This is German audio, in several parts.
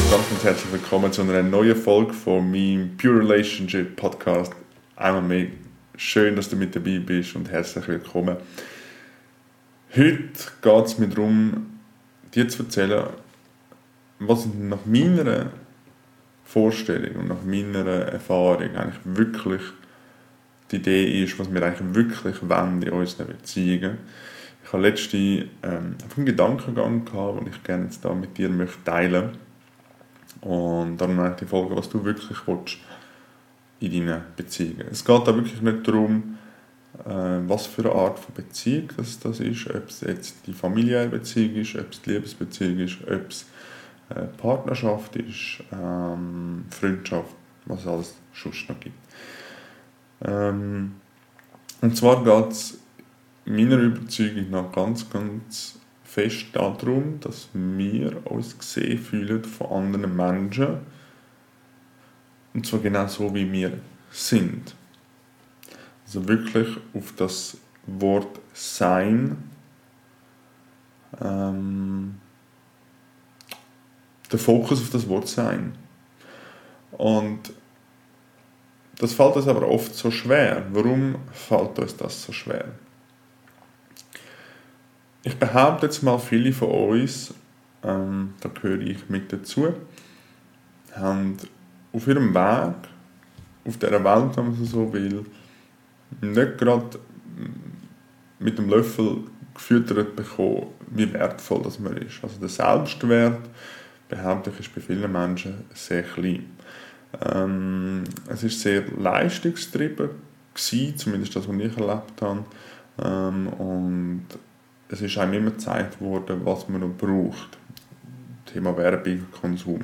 ganz herzlich willkommen zu einer neuen Folge von meinem Pure Relationship Podcast. Einmal mehr schön, dass du mit dabei bist und herzlich willkommen. Heute geht es mir darum, dir zu erzählen, was nach meiner Vorstellung und nach meiner Erfahrung eigentlich wirklich die Idee ist, was wir eigentlich wirklich wollen in unseren Beziehungen. Ich hatte letztens einen Gedankengang gehabt, den ich gerne jetzt da mit dir teilen möchte. Und darum meine ich die Folge, was du wirklich willst in deinen Beziehungen. Es geht da wirklich nicht darum, was für eine Art von Beziehung das ist, ob es jetzt die familiäre Beziehung ist, ob es die Liebesbeziehung ist, ob es Partnerschaft ist, Freundschaft, was es alles sonst noch gibt. Und zwar geht es meiner Überzeugung nach ganz fest darum, dass wir uns gesehen fühlen von anderen Menschen. Und zwar genau so, wie wir sind. Also wirklich auf das Wort Sein der Fokus auf das Wort Sein. Und das fällt uns aber oft so schwer. Warum fällt uns das so schwer? Ich behaupte jetzt mal, viele von uns, da gehöre ich mit dazu, haben auf ihrem Weg, auf dieser Welt, wenn man so will, nicht gerade mit dem Löffel gefüttert bekommen, wie wertvoll das man ist. Also der Selbstwert, behaupte ich, ist bei vielen Menschen sehr klein. Es war sehr leistungstrieben gewesen, zumindest das, was ich erlebt habe. Und es ist einem immer gezeigt worden, was man noch braucht. Thema Werbung, Konsum.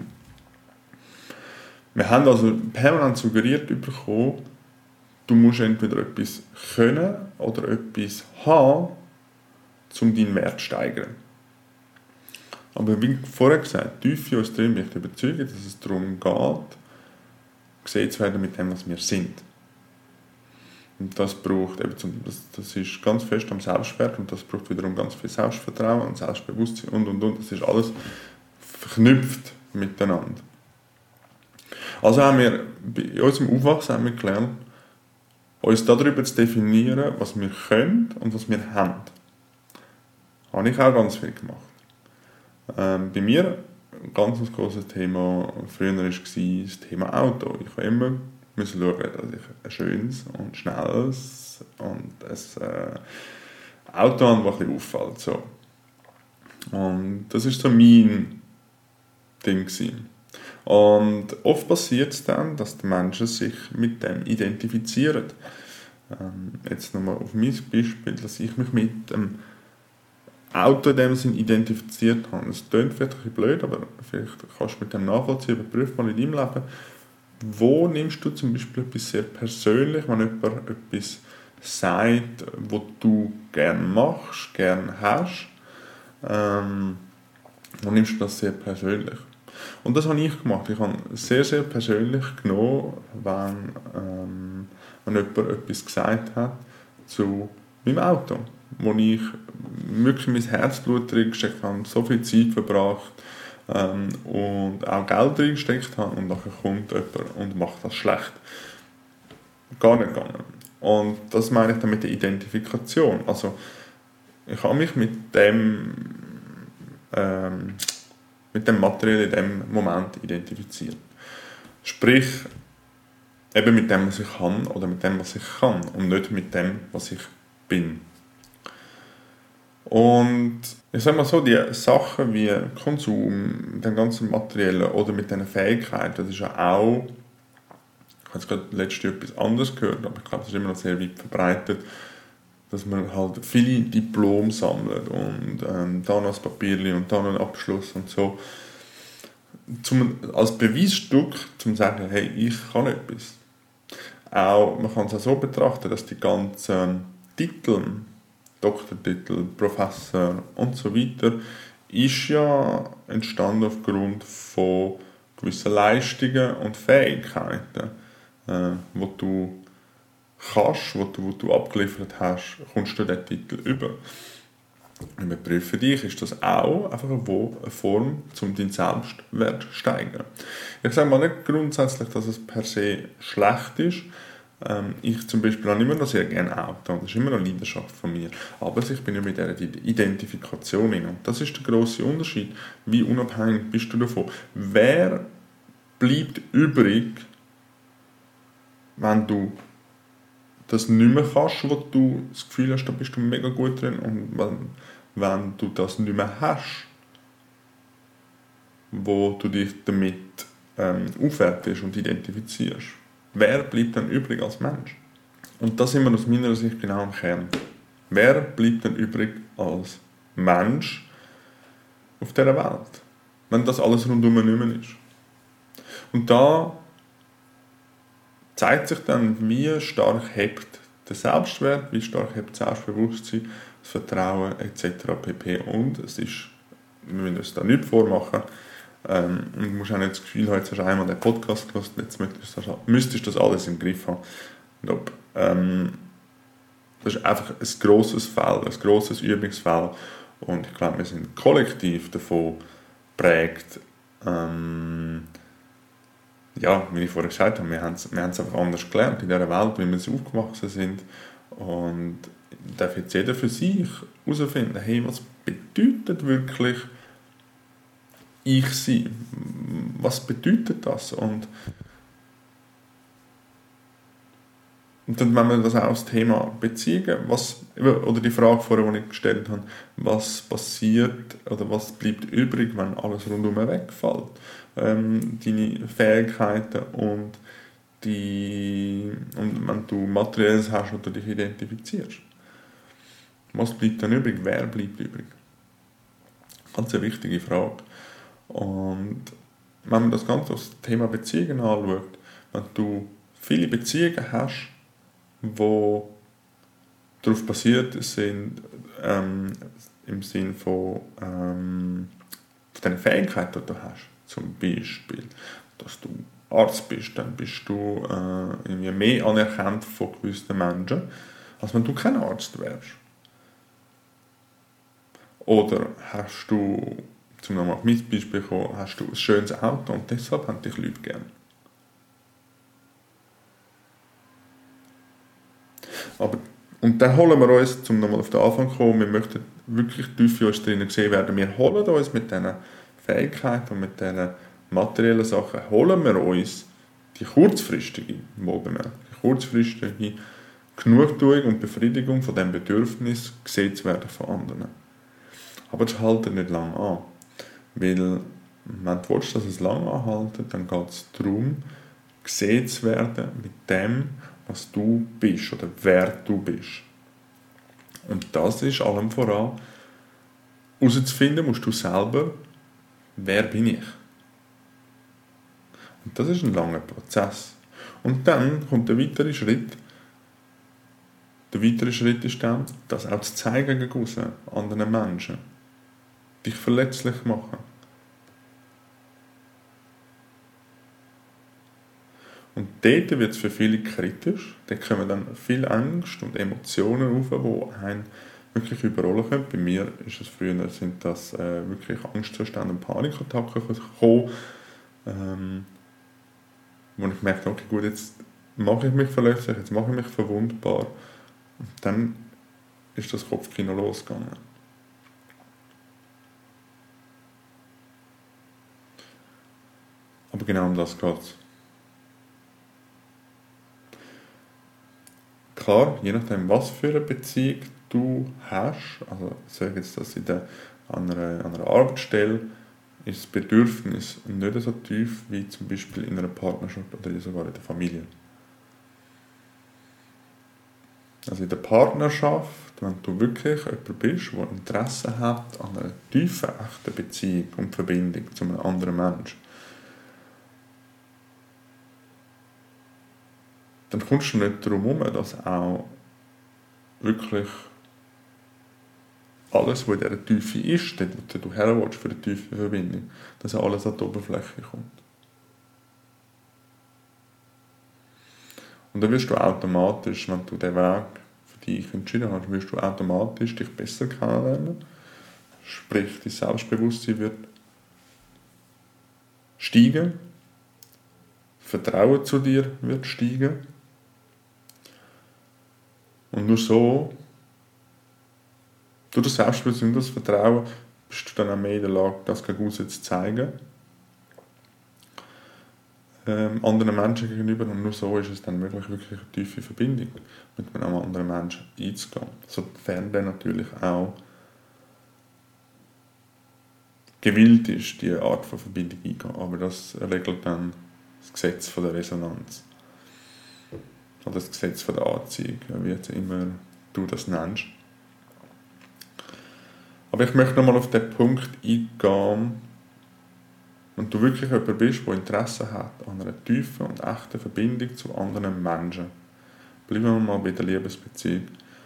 Wir haben also permanent suggeriert bekommen, du musst entweder etwas können oder etwas haben, um deinen Wert zu steigern. Aber wie vorher gesagt, tief in uns drin bin ich überzeugt, dass es darum geht, gesehen zu werden mit dem, was wir sind. Und das braucht eben, das ist ganz fest am Selbstwert und das braucht wiederum ganz viel Selbstvertrauen und Selbstbewusstsein und. Das ist alles verknüpft miteinander. Also haben wir in unserem Aufwachsen haben wir gelernt, uns darüber zu definieren, was wir können und was wir haben. Das habe ich auch ganz viel gemacht. Bei mir ein ganz grosses Thema früher war das Thema Auto. Ich habe immer müssen schauen, dass ich ein schönes und schnelles und ein Auto habe, das ein bisschen auffällt. So. Und das war so mein Ding. Und oft passiert es dann, dass die Menschen sich mit dem identifizieren. Jetzt nochmal auf mein Beispiel, dass ich mich mit dem Auto in dem Sinn identifiziert habe. Das klingt vielleicht ein bisschen blöd, aber vielleicht kannst du mit dem nachvollziehen, überprüf mal in deinem Leben, wo nimmst du zum Beispiel etwas sehr persönlich, wenn jemand etwas sagt, was du gerne machst, gerne hast, wo nimmst du das sehr persönlich? Und das habe ich gemacht. Ich habe sehr, sehr persönlich genommen, wenn jemand etwas gesagt hat zu meinem Auto, wo ich wirklich mein Herzblut drin gesteckt habe, so viel Zeit verbracht, und auch Geld reingesteckt habe und nachher kommt jemand und macht das schlecht. Gar nicht gegangen. Und das meine ich dann mit der Identifikation. Also ich habe mich mit dem Material in dem Moment identifiziert. Sprich, eben mit dem, was ich kann oder mit dem, was ich kann und nicht mit dem, was ich bin. Und ich sage mal so, die Sachen wie Konsum, mit dem ganzen Materiellen oder mit diesen Fähigkeiten, das ist ja auch, ich habe jetzt gerade letztens etwas anderes gehört, aber ich glaube, das ist immer noch sehr weit verbreitet, dass man halt viele Diplome sammelt und da noch ein Papierchen und da noch einen Abschluss und so. Als Beweisstück, um zu sagen, hey, ich kann etwas. Auch, man kann es auch so betrachten, dass die ganzen Titel, Doktortitel, Professor und so weiter, ist ja entstanden aufgrund von gewissen Leistungen und Fähigkeiten, die du kannst, die du abgeliefert hast, kommst du den Titel über. Überprüfe für dich, ist das auch einfach eine Form, um deinen Selbstwert zu steigern. Ich sage mal nicht grundsätzlich, dass es per se schlecht ist. Ich zum Beispiel habe immer noch sehr gerne Auto, das ist immer noch eine Leidenschaft von mir. Aber ich bin ja mit dieser Identifikation in. Und das ist der grosse Unterschied. Wie unabhängig bist du davon? Wer bleibt übrig, wenn du das nicht mehr kannst, wo du das Gefühl hast, da bist du mega gut drin, und wenn du das nicht mehr hast, wo du dich damit aufwertest und identifizierst. Wer bleibt dann übrig als Mensch? Und das sind wir aus meiner Sicht genau am Kern. Wer bleibt dann übrig als Mensch auf dieser Welt, wenn das alles rundum nicht mehr ist? Und da zeigt sich dann, wie stark hebt der Selbstwert, wie stark hebt das Selbstbewusstsein, das Vertrauen etc. pp. Und es ist, wir müssen uns da nichts vormachen, und du musst auch nicht das Gefühl haben, jetzt hast du einmal den Podcast gehört, jetzt müsstest du das alles im Griff haben. Nope. Das ist einfach ein grosses Feld, ein grosses Übungsfeld, und ich glaube, wir sind kollektiv davon geprägt, ja, wie ich vorher gesagt habe, wir haben es einfach anders gelernt in dieser Welt, wie wir so aufgewachsen sind. Und darf jetzt jeder für sich herausfinden, hey, was bedeutet wirklich ich sein? Was bedeutet das? Und dann, wenn wir das auch als Thema beziehen, oder die Frage vorher, die ich gestellt habe, was passiert oder was bleibt übrig, wenn alles rundum wegfällt? Deine Fähigkeiten und wenn du Materielles hast oder dich identifizierst. Was bleibt dann übrig? Wer bleibt übrig? Ganz eine wichtige Frage. Und wenn man das Ganze als Thema Beziehungen anschaut, wenn du viele Beziehungen hast, die darauf basiert sind, im Sinne von den Fähigkeiten, die du hast. Zum Beispiel, dass du Arzt bist, dann bist du irgendwie mehr anerkannt von gewissen Menschen, als wenn du kein Arzt wärst. Oder hast du, zum nochmal auf mein Beispiel kommen, hast du ein schönes Auto und deshalb haben dich Leute gern. Und dann holen wir uns, um nochmal auf den Anfang zu kommen, wir möchten wirklich tief in uns drinnen gesehen werden. Wir holen uns mit diesen Fähigkeiten und mit diesen materiellen Sachen, holen wir uns die kurzfristige, die kurzfristige Genugtuung und Befriedigung von diesem Bedürfnis, gesehen zu werden von anderen. Aber das hält nicht lange an. Weil, wenn du willst, dass es lange anhält, dann geht es darum, gesehen zu werden mit dem, was du bist oder wer du bist. Und das ist allem voran, herauszufinden musst du selber, wer bin ich? Und das ist ein langer Prozess. Und dann kommt der weitere Schritt. Der weitere Schritt ist dann, das auch zu zeigen gegen anderen Menschen. Dich verletzlich machen. Und dort wird es für viele kritisch. Dort kommen dann viel Angst und Emotionen auf, die einen wirklich überrollen können. Bei mir ist es früher, sind das wirklich Angstzustände und Panikattacken gekommen, wo ich gemerkt habe, okay, gut, jetzt mache ich mich verletzlich, jetzt mache ich mich verwundbar. Und dann ist das Kopfkino losgegangen. Aber genau um das geht es. Klar, je nachdem, was für eine Beziehung du hast, also sage ich jetzt das an einer Arbeitsstelle, ist das Bedürfnis nicht so tief wie zum Beispiel in einer Partnerschaft oder sogar in der Familie. Also in der Partnerschaft, wenn du wirklich jemand bist, der Interesse hat an einer tiefen, echten Beziehung und Verbindung zu einem anderen Menschen, dann kommst du nicht darum herum, dass auch wirklich alles, was in dieser Tiefe ist, dort, wo du her willst für eine tiefe Verbindung, dass alles an die Oberfläche kommt. Und dann wirst du automatisch, wenn du den Weg für dich entschieden hast, wirst du automatisch dich besser kennenlernen. Sprich, dein Selbstbewusstsein wird steigen, Vertrauen zu dir wird steigen. Und nur so, durch das Selbstbewusstsein und das Vertrauen, bist du dann auch mehr in der Lage, das gegen aussen zu zeigen. Anderen Menschen gegenüber. Und nur so ist es dann möglich, wirklich eine tiefe Verbindung mit einem anderen Menschen einzugehen. Sofern der natürlich auch gewillt ist, diese Art von Verbindung eingehen. Aber das regelt dann das Gesetz von der Resonanz. Oder das Gesetz von der Anziehung, wie jetzt immer du das nennst. Aber ich möchte nochmal auf den Punkt eingehen, wenn du wirklich jemand bist, der Interesse hat an einer tiefen und echten Verbindung zu anderen Menschen. Bleiben wir mal bei der Liebesbeziehung.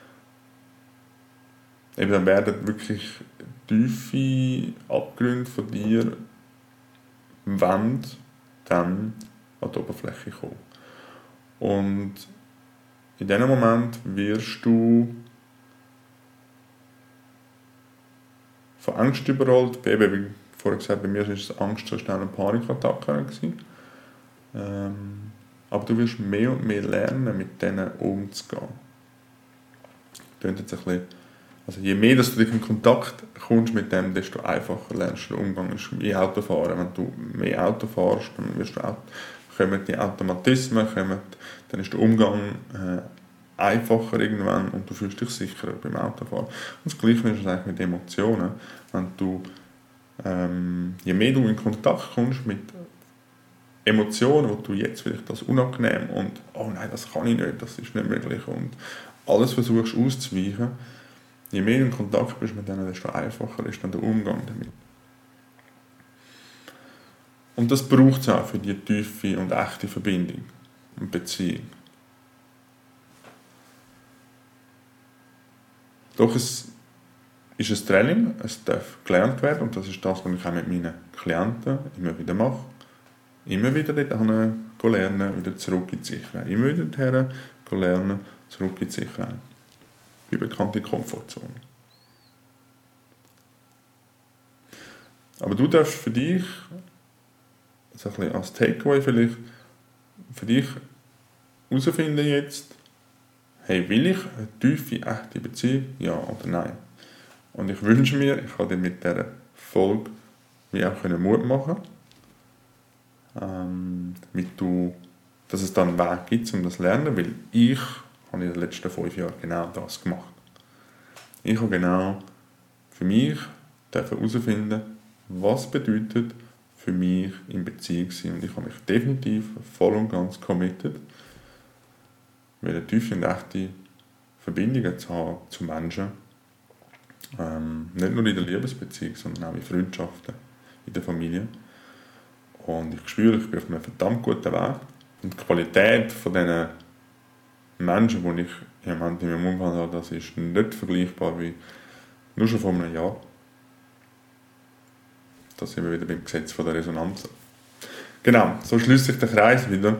Eben dann werden wirklich tiefe Abgründe von dir dann an die Oberfläche kommen. Und in diesem Moment wirst du von Angst überrollt, wie vorher gesagt, bei mir war es Angst so schnell eine Panikattacke. Aber du wirst mehr und mehr lernen, mit denen umzugehen. Das jetzt ein bisschen, also je mehr dass du dich in Kontakt kommst mit dem, desto einfacher lernst du den Umgang. Das ist wie Autofahren. Wenn du mehr Auto fährst, dann kommen die Automatismen, dann ist der Umgang einfacher irgendwann und du fühlst dich sicherer beim Autofahren. Und das Gleiche ist es eigentlich mit Emotionen. Wenn du je mehr du in Kontakt kommst mit Emotionen, wo du jetzt vielleicht das unangenehm und «oh nein, das kann ich nicht, das ist nicht möglich» und alles versuchst auszuweichen, je mehr du in Kontakt bist mit denen, desto einfacher ist dann der Umgang damit. Und das braucht es auch für die tiefe und echte Verbindung und Beziehung. Doch es ist ein Training, es darf gelernt werden und das ist das, was ich auch mit meinen Klienten immer wieder mache. Immer wieder dort lernen, wieder zurück in die Sicherheit. Immer wieder dorthin lernen, zurück in die Sicherheit. Die bekannte Komfortzone. Aber du darfst für dich, so ein bisschen als Takeaway vielleicht, für dich herausfinden jetzt, hey, will ich eine tiefe, echte Beziehung? Ja oder nein? Und ich wünsche mir, ich kann dir mit dieser Folge wie auch Mut machen, dass es dann einen Weg gibt, um das zu lernen, weil ich habe in den letzten 5 Jahren genau das gemacht. Ich habe genau für mich herausfinden, was bedeutet für mich in Beziehung sein. Und ich habe mich definitiv voll und ganz committed, eine tiefe und echte Verbindungen zu haben zu Menschen. Nicht nur in der Liebesbeziehung, sondern auch in Freundschaften, in der Familie. Und ich spüre, ich bin auf einem verdammt guten Weg. Und die Qualität von diesen Menschen, die ich im Moment in meinem Umfeld habe, das ist nicht vergleichbar wie nur schon vor einem Jahr. Da sind wir wieder beim Gesetz von der Resonanz. Genau, so schließt sich der Kreis wieder.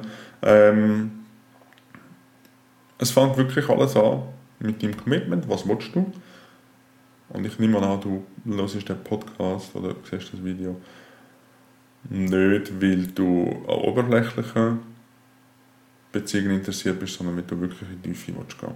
Es fängt wirklich alles an mit deinem Commitment. Was willst du? Und ich nehme an, du hörst den Podcast oder siehst das Video nicht, weil du an oberflächlichen Beziehungen interessiert bist, sondern weil du wirklich in die Tiefe gehen willst.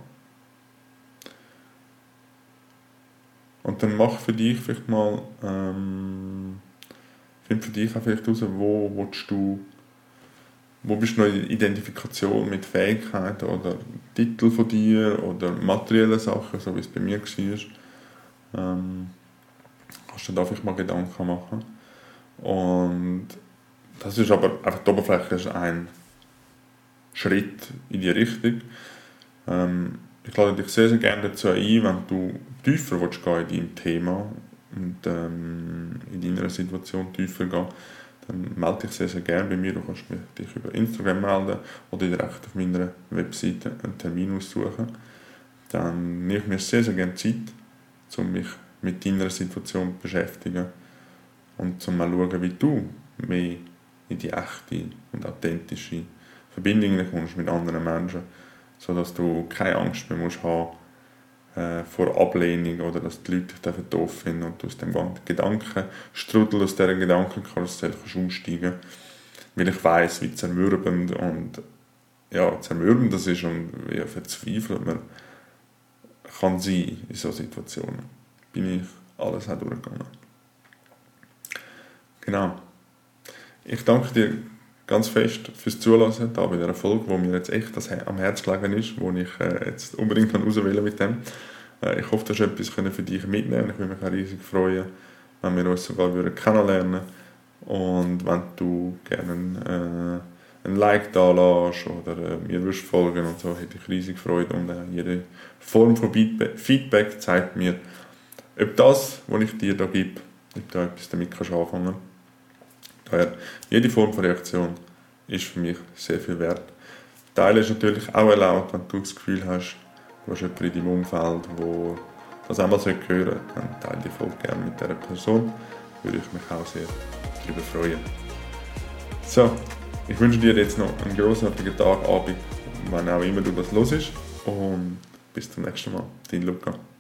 Und dann mach für dich vielleicht mal, find für dich auch vielleicht heraus, wo bist du noch in Identifikation mit Fähigkeiten oder Titel von dir oder materiellen Sachen, so wie es bei mir war. Kannst du da vielleicht mal Gedanken machen. Und das ist aber einfach die Oberfläche, ist ein Schritt in die Richtung. Ich lade dich sehr, sehr gerne dazu ein, wenn du tiefer willst gehen in deinem Thema und in deiner Situation tiefer gehen, dann melde dich sehr, sehr gerne bei mir. Du kannst dich über Instagram melden oder direkt auf meiner Webseite einen Termin aussuchen. Dann nehme ich mir sehr, sehr gerne Zeit, um mich mit deiner Situation zu beschäftigen und um mal zu schauen, wie du mehr in die echte und authentische Verbindung kommst mit anderen Menschen, sodass du keine Angst mehr musst haben, vor Ablehnung oder dass die Leute dich doof finden und du aus dem Gedankenstrudel, aus dieser Gedankenkarussell kannst aussteigen, weil ich weiss, wie zermürbend und zermürbend das ist und wie verzweifelt man kann sein in solchen Situationen. Bin ich alles auch durchgegangen. Genau. Ich danke dir ganz fest fürs Zuhören da bei dieser Folge, wo mir jetzt echt am Herz gelegen ist, wo ich jetzt unbedingt auswählen mit dem. Ich hoffe, du hast etwas für dich mitnehmen. Ich würde mich auch riesig freuen, wenn wir uns sogar kennenlernen würden. Und wenn du gerne ein Like da lässt oder mir willst folgen und so, hätte ich riesig Freude. Und jede Form von Feedback zeigt mir, ob das, was ich dir da gebe, ob du etwas damit anfangen kannst. Daher, jede Form von Reaktion ist für mich sehr viel wert. Teilen ist natürlich auch erlaubt, wenn du das Gefühl hast, du hast jemanden in deinem Umfeld, der das einmal hören sollte, dann teile die Folge gerne mit dieser Person. Würde ich mich auch sehr darüber freuen. So, ich wünsche dir jetzt noch einen grossartigen Tag, Abend, wann auch immer du das hörst. Und bis zum nächsten Mal. Dein Luca.